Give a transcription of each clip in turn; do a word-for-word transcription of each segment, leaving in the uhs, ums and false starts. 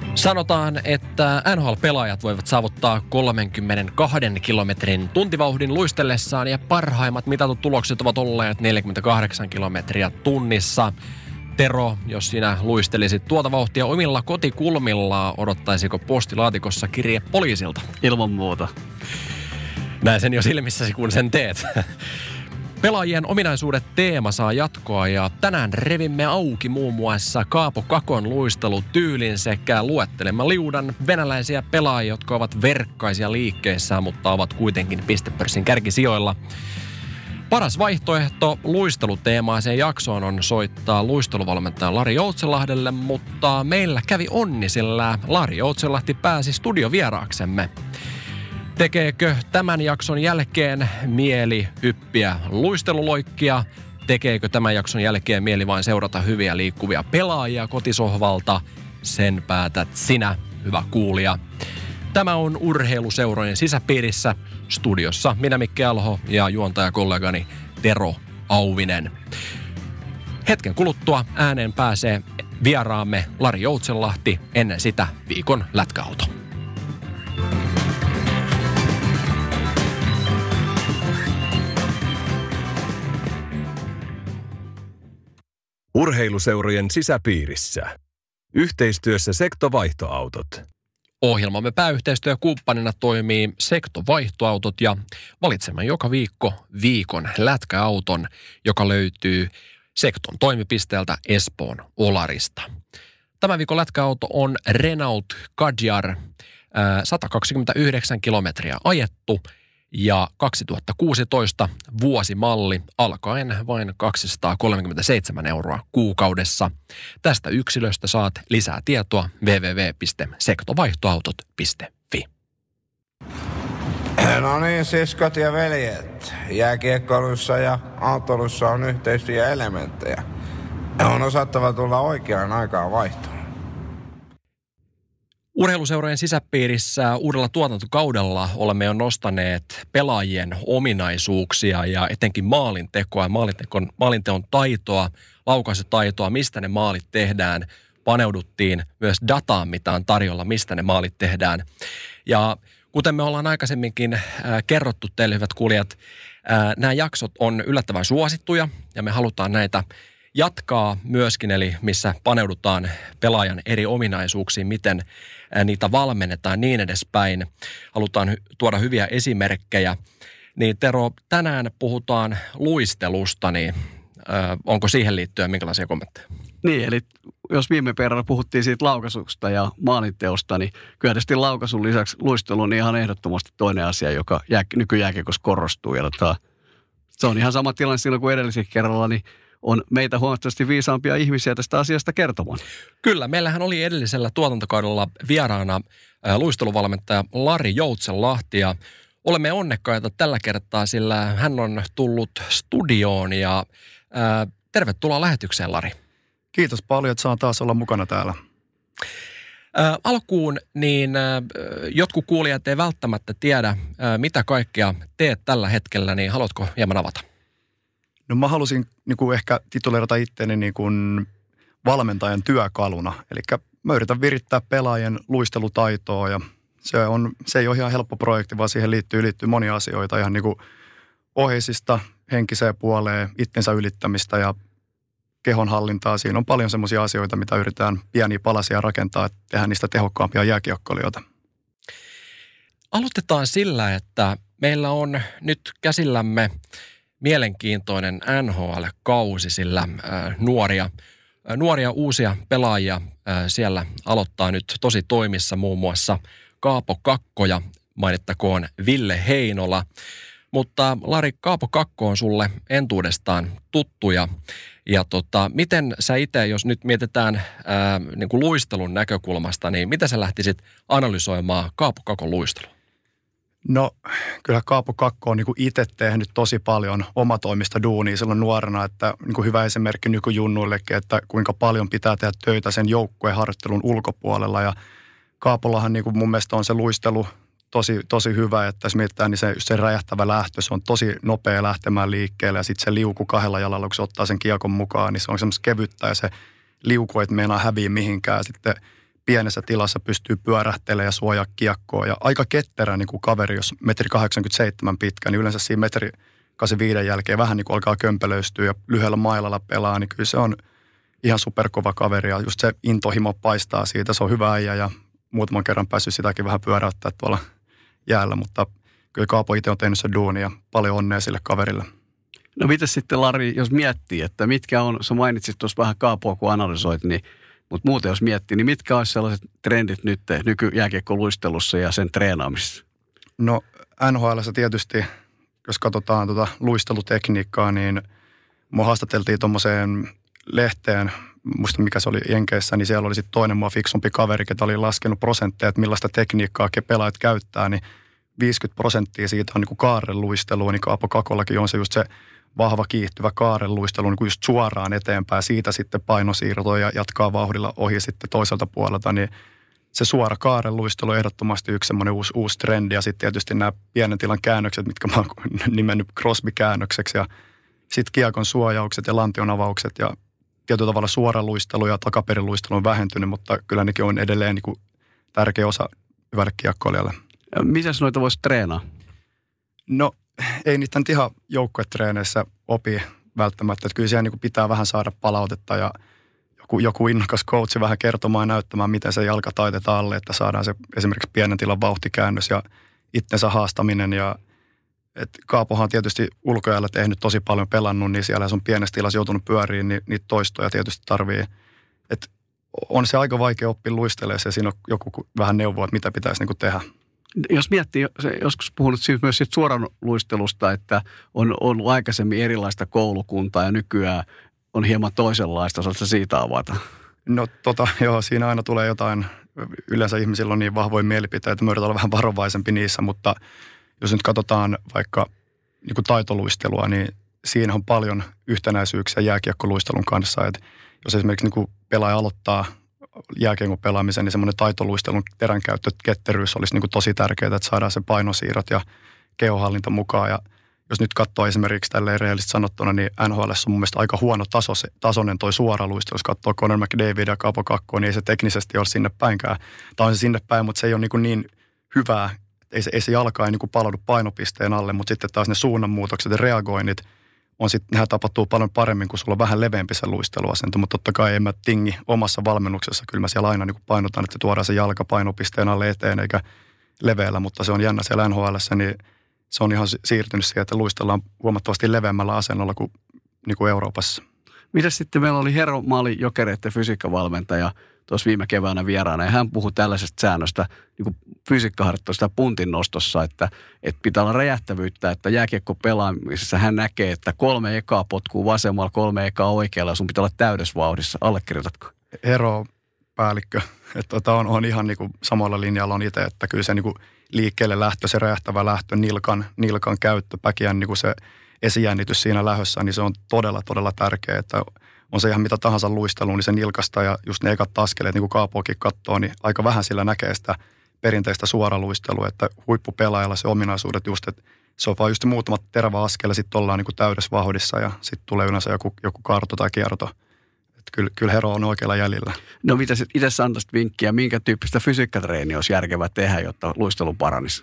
Sanotaan, että N H L-pelaajat voivat saavuttaa kolmekymmentäkaksi kilometrin tuntivauhdin luistellessaan ja parhaimmat mitatut tulokset ovat olleet neljäkymmentäkahdeksan kilometriä tunnissa. Tero, jos sinä luistelisit tuota vauhtia omilla kotikulmillaan, odottaisiko postilaatikossa kirje poliisilta? Ilman muuta. Näin sen jo silmissäsi, kun sen teet. Pelaajien ominaisuudet teema saa jatkoa ja tänään revimme auki muun muassa Kaapo Kakon luistelutyylin sekä luettelemme liudan venäläisiä pelaajia, jotka ovat verkkaisia liikkeissään, mutta ovat kuitenkin pistepörssin kärkisijoilla. Paras vaihtoehto luisteluteemaiseen jaksoon on soittaa luisteluvalmentaja Lari Joutsenlahdelle, mutta meillä kävi onni, sillä Lari Joutsenlahti pääsi studiovieraaksemme. Tekeekö tämän jakson jälkeen mieli hyppiä luisteluloikkia? Tekeekö tämän jakson jälkeen mieli vain seurata hyviä liikkuvia pelaajia kotisohvalta? Sen päätät sinä, hyvä kuulija. Tämä on Urheiluseurojen sisäpiirissä. Studiossa minä Mikke Alho ja juontajakollegani Tero Auvinen. Hetken kuluttua ääneen pääsee vieraamme Lari Joutsenlahti, ennen sitä viikon lätkäauto. Urheiluseurojen sisäpiirissä. Yhteistyössä Sekto-vaihtoautot. Ohjelmamme pääyhteistyökumppanina toimii Sekto-vaihtoautot ja valitsemme joka viikko viikon lätkäauton, joka löytyy Sekton toimipisteeltä Espoon Olarista. Tämän viikon lätkäauto on Renault Kadjar, sata kaksikymmentäyhdeksän kilometriä ajettu ja kaksituhattakuusitoista vuosimalli, alkaen vain kaksisataakolmekymmentäseitsemän euroa kuukaudessa. Tästä yksilöstä saat lisää tietoa double-u double-u double-u piste sektovaihtoautot piste fi. No niin, siskot ja veljet. Jääkiekkoilussa ja autoilussa on yhteisiä elementtejä. On osattava tulla oikeaan aikaan vaihtoon. Urheiluseurojen sisäpiirissä uudella tuotantokaudella olemme jo nostaneet pelaajien ominaisuuksia ja etenkin maalintekoa, maalinteon, maalinteon taitoa, laukaisutaitoa, mistä ne maalit tehdään. Paneuduttiin myös dataan, mitä on tarjolla, mistä ne maalit tehdään. Ja kuten me ollaan aikaisemminkin äh, kerrottu teille, hyvät kuulijat, äh, nämä jaksot on yllättävän suosittuja ja me halutaan näitä jatkaa myöskin, eli missä paneudutaan pelaajan eri ominaisuuksiin, miten niitä valmennetaan niin edespäin. Halutaan tuoda hyviä esimerkkejä. Niin Tero, tänään puhutaan luistelusta, niin ö, onko siihen liittyen minkälaisia kommentteja? Niin, eli jos viime perään puhuttiin siitä laukaisusta ja maalinteosta, niin kyllä tietysti laukaisun lisäksi luistelu on ihan ehdottomasti toinen asia, joka jää, nykyjääkiekossa korostuu. Ja tota, se on ihan sama tilanne silloin kuin edellisellä kerralla, niin on meitä huomattavasti viisaampia ihmisiä tästä asiasta kertomaan. Kyllä, meillähän oli edellisellä tuotantokaudella vieraana ä, luisteluvalmentaja Lari Joutsenlahti ja olemme onnekkaita tällä kertaa, sillä hän on tullut studioon ja ä, tervetuloa lähetykseen, Lari. Kiitos paljon, että saan taas olla mukana täällä. Ä, alkuun niin ä, jotkut kuulijat ei välttämättä tiedä, ä, mitä kaikkea teet tällä hetkellä, niin haluatko hieman avata? No mä halusin niin kuin ehkä tituleerata itseäni niin kuin valmentajan työkaluna. Eli mä yritän virittää pelaajien luistelutaitoa ja se, on, se ei ole ihan helppo projekti, vaan siihen liittyy, liittyy monia asioita. Ihan niin kuin oheisista, henkiseen puoleen, itsensä ylittämistä ja kehonhallintaa. Siinä on paljon semmoisia asioita, mitä yritetään pieniä palasia rakentaa, että tehdään niistä tehokkaampia jääkiekkoilijoita. Aloitetaan sillä, että meillä on nyt käsillämme mielenkiintoinen N H L-kausi, sillä äh, nuoria, äh, nuoria uusia pelaajia äh, siellä aloittaa nyt tosi toimissa, muun muassa Kaapo Kakko ja mainittakoon Ville Heinola. Mutta Lari, Kaapo Kakko on sulle entuudestaan tuttu ja, ja tota, miten sä itse, jos nyt mietitään ää, niin kuin luistelun näkökulmasta, niin miten sä lähtisit analysoimaan Kaapo Kakon luistelua? No kyllä Kaapo Kakko on niin kuin itse tehnyt tosi paljon omatoimista duunia silloin nuorena, että niin kuin hyvä esimerkki nykyjunnuillekin, että kuinka paljon pitää tehdä töitä sen joukkueharjoittelun ulkopuolella ja Kaapollahan niin kuin mun mielestä on se luistelu tosi, tosi hyvä, että jos mietitään, niin se, se räjähtävä lähtö, se on tosi nopea lähtemään liikkeelle ja sitten se liuku kahdella jalalla, kun se ottaa sen kiekon mukaan, niin se on semmoista kevyttä ja se liuku, että meinaa häviä mihinkään. Sitten pienessä tilassa pystyy pyörähtelemään ja suojaa kiekkoa. Ja aika ketterä niin kuin kaveri, jos metri kahdeksankymmentäseitsemän pitkä, niin yleensä siinä metri kahdeksankymmentäviisi jälkeen vähän niin kuin alkaa kömpelöistyä ja lyhyellä mailalla pelaa, niin kyllä se on ihan superkova kaveri. Ja just se intohimo paistaa siitä, se on hyvä äijä ja muutaman kerran päässyt sitäkin vähän pyöräyttää tuolla jäällä, mutta kyllä Kaapo itse on tehnyt sen duunia ja paljon onnea sille kaverille. No mitäs sitten Lari, jos miettii, että mitkä on, sä mainitsit tuossa vähän Kaapoa kun analysoit, niin, mutta muuten jos miettii, niin mitkä olisi sellaiset trendit nyt nykyjääkiekkoluistelussa ja sen treenaamisessa? No N H L:ssä tietysti, jos katsotaan tuota luistelutekniikkaa, niin mua haastateltiin tuommoiseen lehteen, muista mikä se oli Jenkeissä, niin siellä oli sitten toinen mua fiksumpi kaveri, joka oli laskenut prosentteja, että millaista tekniikkaa pelaajat käyttää, niin viisikymmentä prosenttia siitä on niin kuin kaarrenluistelua, niin Kaapo Kakollakin on se just se vahva kiihtyvä kaarrenluistelu niin kuin just suoraan eteenpäin, siitä sitten painosiirto ja jatkaa vauhdilla ohi sitten toiselta puolelta, niin se suora kaarrenluistelu on ehdottomasti yksi semmoinen uusi, uusi trendi ja sitten tietysti nämä pienen tilan käännökset, mitkä mä oon nimennyt Crosby-käännökseksi ja sitten kiekon suojaukset ja lantion avaukset ja tietyllä tavalla suora luistelu ja takaperiluistelu on vähentynyt, mutta kyllä nekin on edelleen niin kuin tärkeä osa hyvälle kiekkoilijalle. Mitäs noita voisi treenaa? No ei niitä nyt ihan joukkuetreeneissä opi välttämättä, että kyllä siellä niin kuin pitää vähän saada palautetta ja joku, joku innokas coachi vähän kertomaan ja näyttämään, miten se jalka taitetaan alle, että saadaan se esimerkiksi pienen tilan vauhtikäännös ja itsensä haastaminen ja et Kaapohan on tietysti ulkojäällä tehnyt tosi paljon pelannut, niin siellä se on pienessä tilassa joutunut pyöriin, niin niitä toistoja tietysti tarvii. Et on se aika vaikea oppia luistelemaan ja siinä on joku vähän neuvoa, että mitä pitäisi niinku tehdä. Jos miettii, se joskus puhunut siis myös siitä suoran luistelusta, että on ollut aikaisemmin erilaista koulukuntaa ja nykyään on hieman toisenlaista. Osaatko siitä avata? No tota, joo, siinä aina tulee jotain. Yleensä ihmisillä on niin vahvoja mielipiteitä, me yritetään olla vähän varovaisempi niissä, mutta jos nyt katsotaan vaikka niin kuin taitoluistelua, niin siinä on paljon yhtenäisyyksiä jääkiekkoluistelun kanssa. Et jos esimerkiksi niin kuin pelaaja aloittaa jääkiekon pelaamisen, niin semmoinen taitoluistelun teränkäyttö, ketteryys olisi niin kuin tosi tärkeää, että saadaan se painosiirrot ja kehohallinta mukaan. Ja jos nyt katsoo esimerkiksi tälleen rehellisesti sanottuna, niin N H L on mun mielestä aika huono taso, tasoinen toi suora luistelu. Jos katsoo Conor McDavid ja Kaapo Kakkoa, niin ei se teknisesti ole sinne päinkään. Tai on se sinne päin, mutta se ei ole niin, niin hyvää. Ei se, ei se jalka ei niin kuin palaudu painopisteen alle, mutta sitten taas ne suunnanmuutokset ja reagoinnit, on sit, nehän tapahtuu paljon paremmin, kun sulla on vähän leveämpi se luisteluasento, mutta totta kai en mä tingi omassa valmennuksessa. Kyllä mä siellä aina niin kuin painotan, että tuodaan se jalka painopisteen alle eteen eikä leveällä, mutta se on jännä siellä N H L:ssä, niin se on ihan siirtynyt siihen, että luistellaan huomattavasti leveämmällä asennolla kuin, niin kuin Euroopassa. Mitäs sitten meillä oli Hero Maali Jokereiden fysiikkavalmentaja tuossa viime keväänä vieraana, ja hän puhui tällaisesta säännöstä niin kuin fysiikkaharjoittelusta puntin nostossa, että, että pitää olla räjähtävyyttä, että jääkiekko pelaamisessa hän näkee, että kolme ekaa potkuu vasemmalla, kolme ekaa oikealla, ja sun pitää olla täydessä vauhdissa. Allekirjoitatko? Hero päällikkö, että tota on, on ihan niin kuin samalla linjalla on itse, että kyllä se niin kuin liikkeelle lähtö, se räjähtävä lähtö, nilkan, nilkan käyttö, päkiän niin kuin se esijännitys siinä lähössä, niin se on todella, todella tärkeää, että on se ihan mitä tahansa luistelu, niin se nilkasta ja just ne ekat askeleet, niin kuin Kaapoakin katsoo, niin aika vähän sillä näkee sitä perinteistä suoraluistelua, että huippupelaajalla se ominaisuudet just, että se on vaan just muutamat terävä askel ja sitten ollaan niin kuin täydessä vauhdissa ja sitten tulee yleensä joku, joku kaarto tai kierto. Että kyllä, kyllä Hero on oikealla jäljellä. No mitä sitten itse sä antaisit vinkkiä, minkä tyyppistä fysiikkatreeniä olisi järkevää tehdä, jotta luistelu paranisi?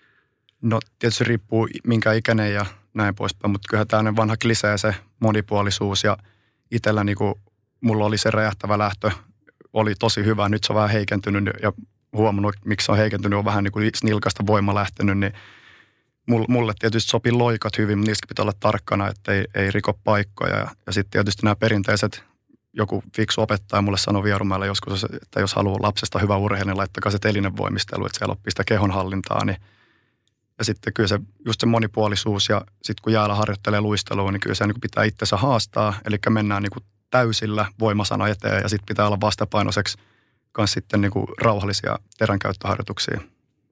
No tietysti riippuu minkä ikäinen ja näin poispäin, mutta kyllähän tämmöinen vanha klisee se monipuolisuus ja itsellä niin kuin mulla oli se räjähtävä lähtö, oli tosi hyvä, nyt se on vähän heikentynyt ja huomannut, miksi se on heikentynyt, on vähän niin kuin nilkasta voima lähtenyt, niin mulle tietysti sopii loikat hyvin, mutta niistä pitää olla tarkkana, että ei, ei riko paikkoja ja, ja sitten tietysti nämä perinteiset, joku fiksu opettaja mulle sanoi Vierumäellä joskus, että jos haluaa lapsesta hyvä urheilija, niin laittakaa se telinen voimistelu, että siellä oppii sitä kehonhallintaa, niin ja sitten kyllä se, just se monipuolisuus ja sitten kun jäällä harjoittelee luistelua, niin kyllä se niin pitää itsensä haastaa. Eli mennään niin täysillä voimasana eteen ja sitten pitää olla vastapainoiseksi kanssa sitten niin rauhallisia teränkäyttöharjoituksia.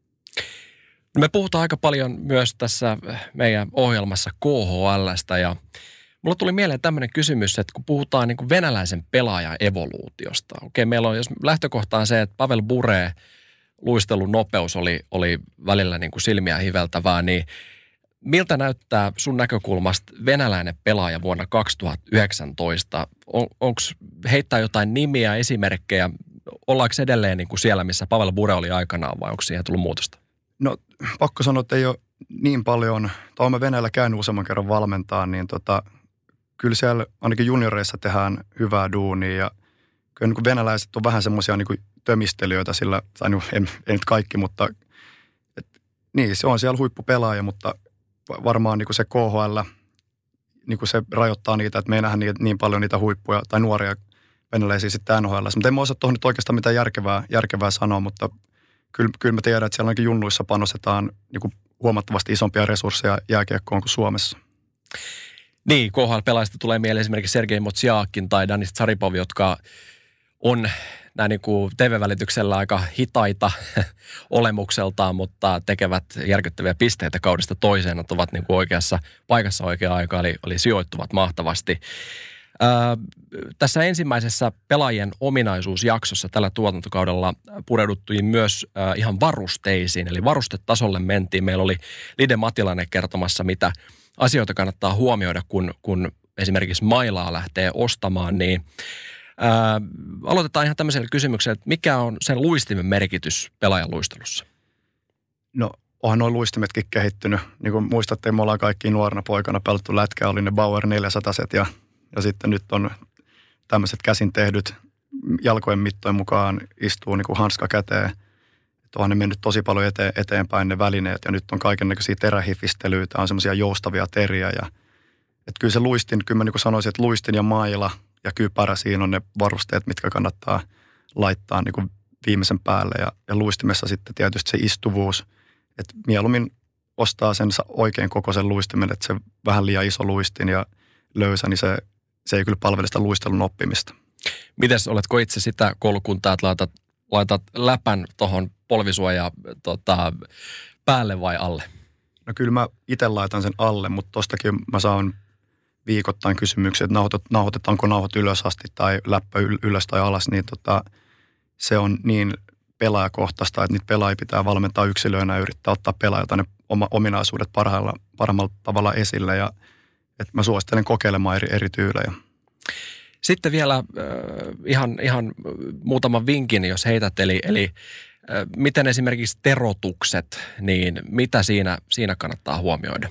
Me puhutaan aika paljon myös tässä meidän ohjelmassa K H L:stä ja mulla tuli mieleen tämmöinen kysymys, että kun puhutaan niin kuin venäläisen pelaajan evoluutiosta. Okei, meillä on, jos lähtökohta on se, että Pavel Bure luistelun nopeus oli, oli välillä niin kuin silmiä hiveltävää, niin miltä näyttää sun näkökulmasta venäläinen pelaaja vuonna kaksituhattayhdeksäntoista? On, onko heittää jotain nimiä, esimerkkejä, ollaanko edelleen niin kuin siellä, missä Pavel Bure oli aikanaan vai onko siihen tullut muutosta? No pakko sanoa, että ei ole niin paljon, tai olen Venäjällä käynyt useamman kerran valmentaa, niin tota, kyllä siellä ainakin junioreissa tehdään hyvää duunia ja kyllä niin venäläiset on vähän semmoisia niin tömistelijöitä sillä, tai no, en, en nyt kaikki, mutta et, niin se on siellä huippupelaaja, mutta varmaan niin se K H L, niin se rajoittaa niitä, että me ei nähdä niin, niin paljon niitä huippuja tai nuoria venäläisiä sitten N H L. Mutta en mä osaa tuohon nyt oikeastaan mitään järkevää, järkevää sanoa, mutta kyllä, kyllä mä tiedän, että siellä ainakin junnuissa panostetaan niin kuin huomattavasti isompia resursseja jääkiekkoon kuin Suomessa. Niin, K H L-pelaajista tulee mieleen esimerkiksi Sergei Motsiakin tai Danis Tsaripov, jotka on näin niin kuin T V-välityksellä aika hitaita olemukseltaan, mutta tekevät järkyttäviä pisteitä kaudesta toiseen, että ovat niin kuin oikeassa paikassa oikea aika, eli, eli sijoittuvat mahtavasti. Ää, tässä ensimmäisessä pelaajien ominaisuusjaksossa tällä tuotantokaudella pureuduttiin myös ää, ihan varusteisiin, eli varustetasolle mentiin. Meillä oli Lide Matilainen kertomassa, mitä asioita kannattaa huomioida, kun, kun esimerkiksi mailaa lähtee ostamaan, niin ää, aloitetaan ihan tämmöisellä kysymyksellä, että mikä on sen luistimen merkitys pelaajan luistelussa? No onhan nuo luistimetkin kehittynyt. Niin kuin muistatte, me ollaan kaikki nuorena poikana pelattu lätkää, oli ne Bauer neljäsataa ja Ja sitten nyt on tämmöiset käsin tehdyt jalkojen mittojen mukaan istuu niin kuin hanska käteen. Että onhan ne mennyt tosi paljon eteen, eteenpäin ne välineet ja nyt on kaikennäköisiä terähifistelyitä, on semmoisia joustavia teriä. Ja, että kyllä se luistin, kyllä mä niin kuin sanoisin, että luistin ja maila ja kypärä, siinä on ne varusteet, mitkä kannattaa laittaa niin kuin viimeisen päälle. Ja, ja luistimessa sitten tietysti se istuvuus, että mieluummin ostaa sen oikein kokoisen luistimen, että se vähän liian iso luistin ja löysä, niin se, se ei kyllä palvele sitä luistelun oppimista. Mites, oletko itse sitä koulukuntaa, että laitat, laitat läpän tuohon polvisuojaan tota, päälle vai alle? No kyllä mä itse laitan sen alle, mutta tostakin mä saan viikoittain kysymyksiä, että nauhoitet, nauhoitetaanko nauhot ylös asti tai läppä ylös tai alas, niin tota, se on niin pelaajakohtaista, että niitä pelaajia pitää valmentaa yksilöinä ja yrittää ottaa pelaajalta ne oma, ominaisuudet parhailla, parhaimmalla tavalla esille ja että mä suosittelen kokeilemaan eri, eri tyylejä. Sitten vielä äh, ihan, ihan muutaman vinkin, jos heität, eli, eli äh, miten esimerkiksi terotukset, niin mitä siinä, siinä kannattaa huomioida?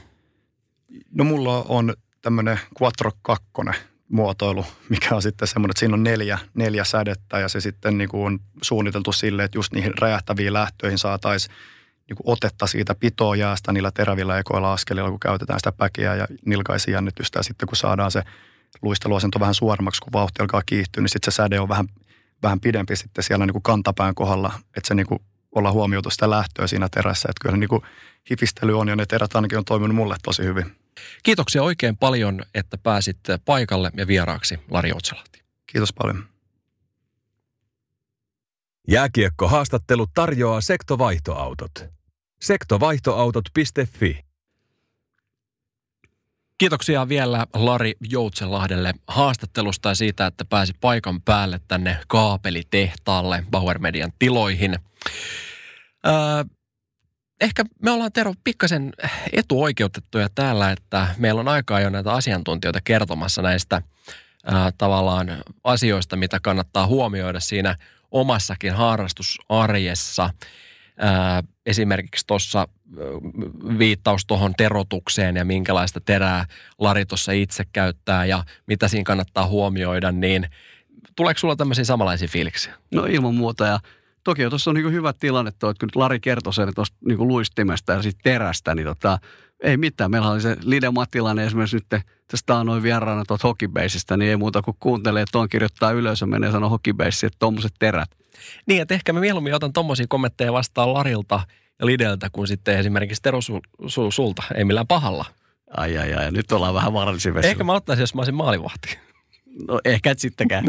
No mulla on tämmöinen quattro kakkonen muotoilu, mikä on sitten semmoinen, että siinä on neljä, neljä sädettä ja se sitten niin kuin on suunniteltu silleen, että just niihin räjähtäviin lähtöihin saataisiin niin otetta siitä pitoa jäästä niillä terävillä ekoilla askelilla, kun käytetään sitä päkiä ja nilkaisen jännitystä. Ja sitten kun saadaan se luisteluasento vähän suoremmaksi, kun vauhti alkaa kiihtyä, niin sitten se säde on vähän, vähän pidempi sitten siellä niin kuin kantapään kohdalla, että se niin kuin ollaan huomioitu sitä lähtöä siinä terässä. Että kyllä niin kuin hifistely on ja ne terät ainakin on toiminut mulle tosi hyvin. Kiitoksia oikein paljon, että pääsit paikalle ja vieraaksi, Lari Joutsenlahti. Kiitos paljon. Jääkiekko-haastattelu tarjoaa Sektovaihtoautot. sektovaihtoautot piste fi. Kiitoksia vielä Lari Joutsenlahdelle haastattelusta ja siitä, että pääsi paikan päälle tänne kaapelitehtaalle Bauer Median tiloihin. Öö, ehkä me ollaan, Tero, pikkasen etuoikeutettuja täällä, että meillä on aikaa jo näitä asiantuntijoita kertomassa näistä öö, tavallaan asioista, mitä kannattaa huomioida siinä omassakin harrastusarjessa. Ää, esimerkiksi tuossa viittaus tuohon terotukseen ja minkälaista terää Lari tuossa itse käyttää ja mitä siinä kannattaa huomioida, niin tuleeko sulla tämmöisiä samanlaisia fiiliksiä? No ilman muuta ja toki tuossa on niin hyvä tilanne tuo, että kun Lari kertoi sen tuosta niin luistimesta ja siitä terästä, niin tota, ei mitään. Meillä oli se Lide Matilainen esimerkiksi nyt tästä noin vieraana tuolta hokibeisistä, niin ei muuta kuin kuuntelee, että tuon kirjoittaa ylös ja menee sanoa hokibeissi, että tuommoiset terät. Niin, että ehkä mä mieluummin otan tommosia kommentteja vastaan Larilta ja Lideltä kuin sitten esimerkiksi Tero su, su, sulta. Ei millään pahalla. Ai ai ai, nyt ollaan vähän vaarallisia vesillä. Ehkä mä ottaisin, jos mä olisin maalivahti. No ehkä et sittenkään.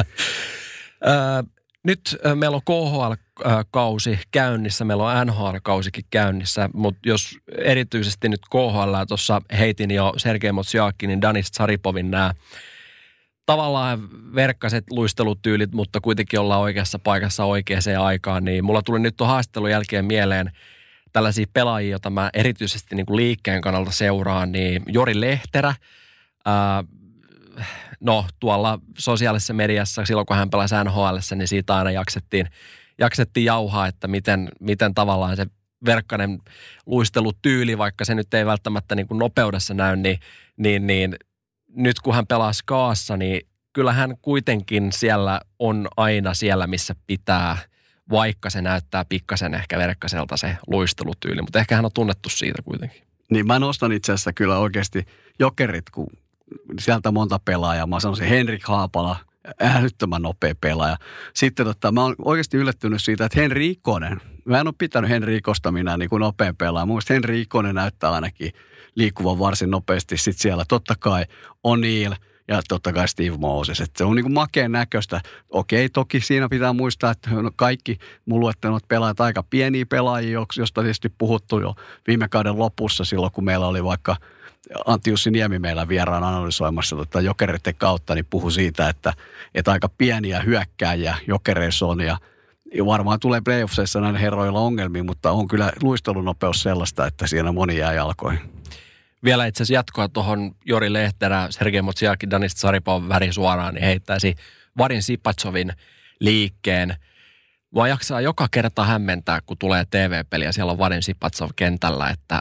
Nyt meillä on K H L-kausi käynnissä, meillä on N H L-kausikin käynnissä, mutta jos erityisesti nyt K H L tuossa heitin jo Sergei Motsiakinin, Danis Tsaripovin nämä tavallaan verkkaiset luistelutyylit, mutta kuitenkin ollaan oikeassa paikassa oikeaan aikaan, niin mulla tuli nyt tuon haastattelun jälkeen mieleen tällaisia pelaajia, joita mä erityisesti niin kuin liikkeen kannalta seuraan, niin Jori Lehterä, ää, no tuolla sosiaalisessa mediassa, silloin kun hän pelasi N H L:ssä, niin siitä aina jaksettiin, jaksettiin jauhaa, että miten, miten tavallaan se Verkkanen luistelutyyli, vaikka se nyt ei välttämättä niin kuin nopeudessa näy, niin, niin, niin nyt kun hän pelaa Skaassa, niin kyllä hän kuitenkin siellä on aina siellä, missä pitää, vaikka se näyttää pikkasen ehkä Verkkaselta se luistelutyyli, mutta ehkä hän on tunnettu siitä kuitenkin. Niin mä nostan itse asiassa kyllä oikeasti Jokerit, kun sieltä monta pelaajaa. Mä sanoisin Henrik Haapala, älyttömän nopea pelaaja. Sitten tota, mä oon oikeasti yllättynyt siitä, että Henri Ikonen, mä en ole pitänyt Henri Ikosta minä niin kuin nopea pelaaja. Mun mielestä Henri Ikonen näyttää ainakin liikkuvan varsin nopeasti. Sitten siellä totta kai O'Neill ja totta kai Steve Moses. Että se on niin kuin makeen näköistä. Okei, toki siinä pitää muistaa, että kaikki mun luettelmat pelaajat aika pieniä pelaajia, josta tietysti puhuttu jo viime kauden lopussa silloin, kun meillä oli vaikka Antti Jussi Niemi meillä vieraan analysoimassa tota Jokereiden kautta, niin puhui siitä, että, että aika pieniä hyökkääjiä Jokereissa on ja varmaan tulee playoffseissa näillä herroilla ongelmia, mutta on kyllä luistelunopeus sellaista, että siinä moni jää jalkoihin. Vielä itse asiassa jatkoa tuohon Jori Lehterä, Sergei Motsiakin, Danis Tsaripov väri suoraan, niin heittäisi Vadim Sipatsovin liikkeen. Mua jaksaa joka kerta hämmentää, kun tulee T V-peli ja siellä on Vadim Sipatsov kentällä, että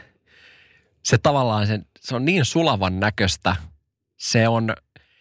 se tavallaan se, se on niin sulavan näköistä. Se on,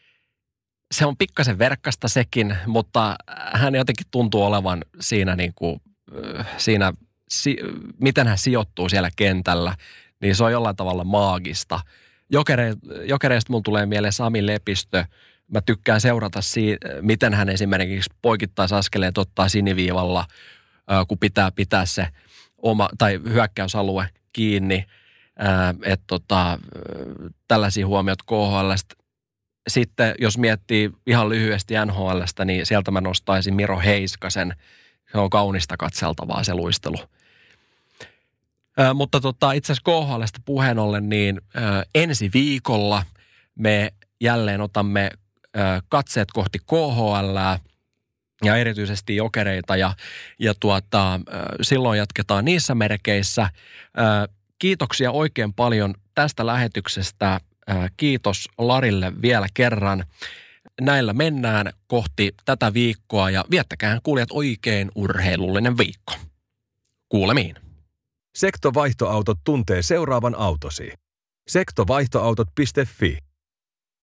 se on pikkasen verkkasta sekin, mutta hän jotenkin tuntuu olevan siinä, niin kuin, siinä si, miten hän sijoittuu siellä kentällä, niin se on jollain tavalla maagista. Jokere, jokereista mun tulee mieleen Sami Lepistö. Mä tykkään seurata siitä, miten hän esimerkiksi poikittaisaskeleet ottaa siniviivalla, kun pitää pitää se oma, tai hyökkäysalue kiinni. Että tota, tällaisia huomioita K H L:stä. Sitten jos miettii ihan lyhyesti N H L:stä, niin sieltä mä nostaisin Miro Heiskasen. Se on kaunista katseltavaa se luistelu. Ä, mutta tota, itse asiassa K H L:stä puheen ollen, niin ä, ensi viikolla me jälleen otamme ä, katseet kohti K H L:ää ja erityisesti Jokereita. Ja, ja tuota, ä, silloin jatketaan niissä merkeissä. Ä, Kiitoksia oikein paljon tästä lähetyksestä. Kiitos Larille vielä kerran. Näillä mennään kohti tätä viikkoa ja viettäkään kuulijat oikein urheilullinen viikko. Kuulemiin. Sektovaihtoautot tuntee seuraavan autosi. sektovaihtoautot piste fi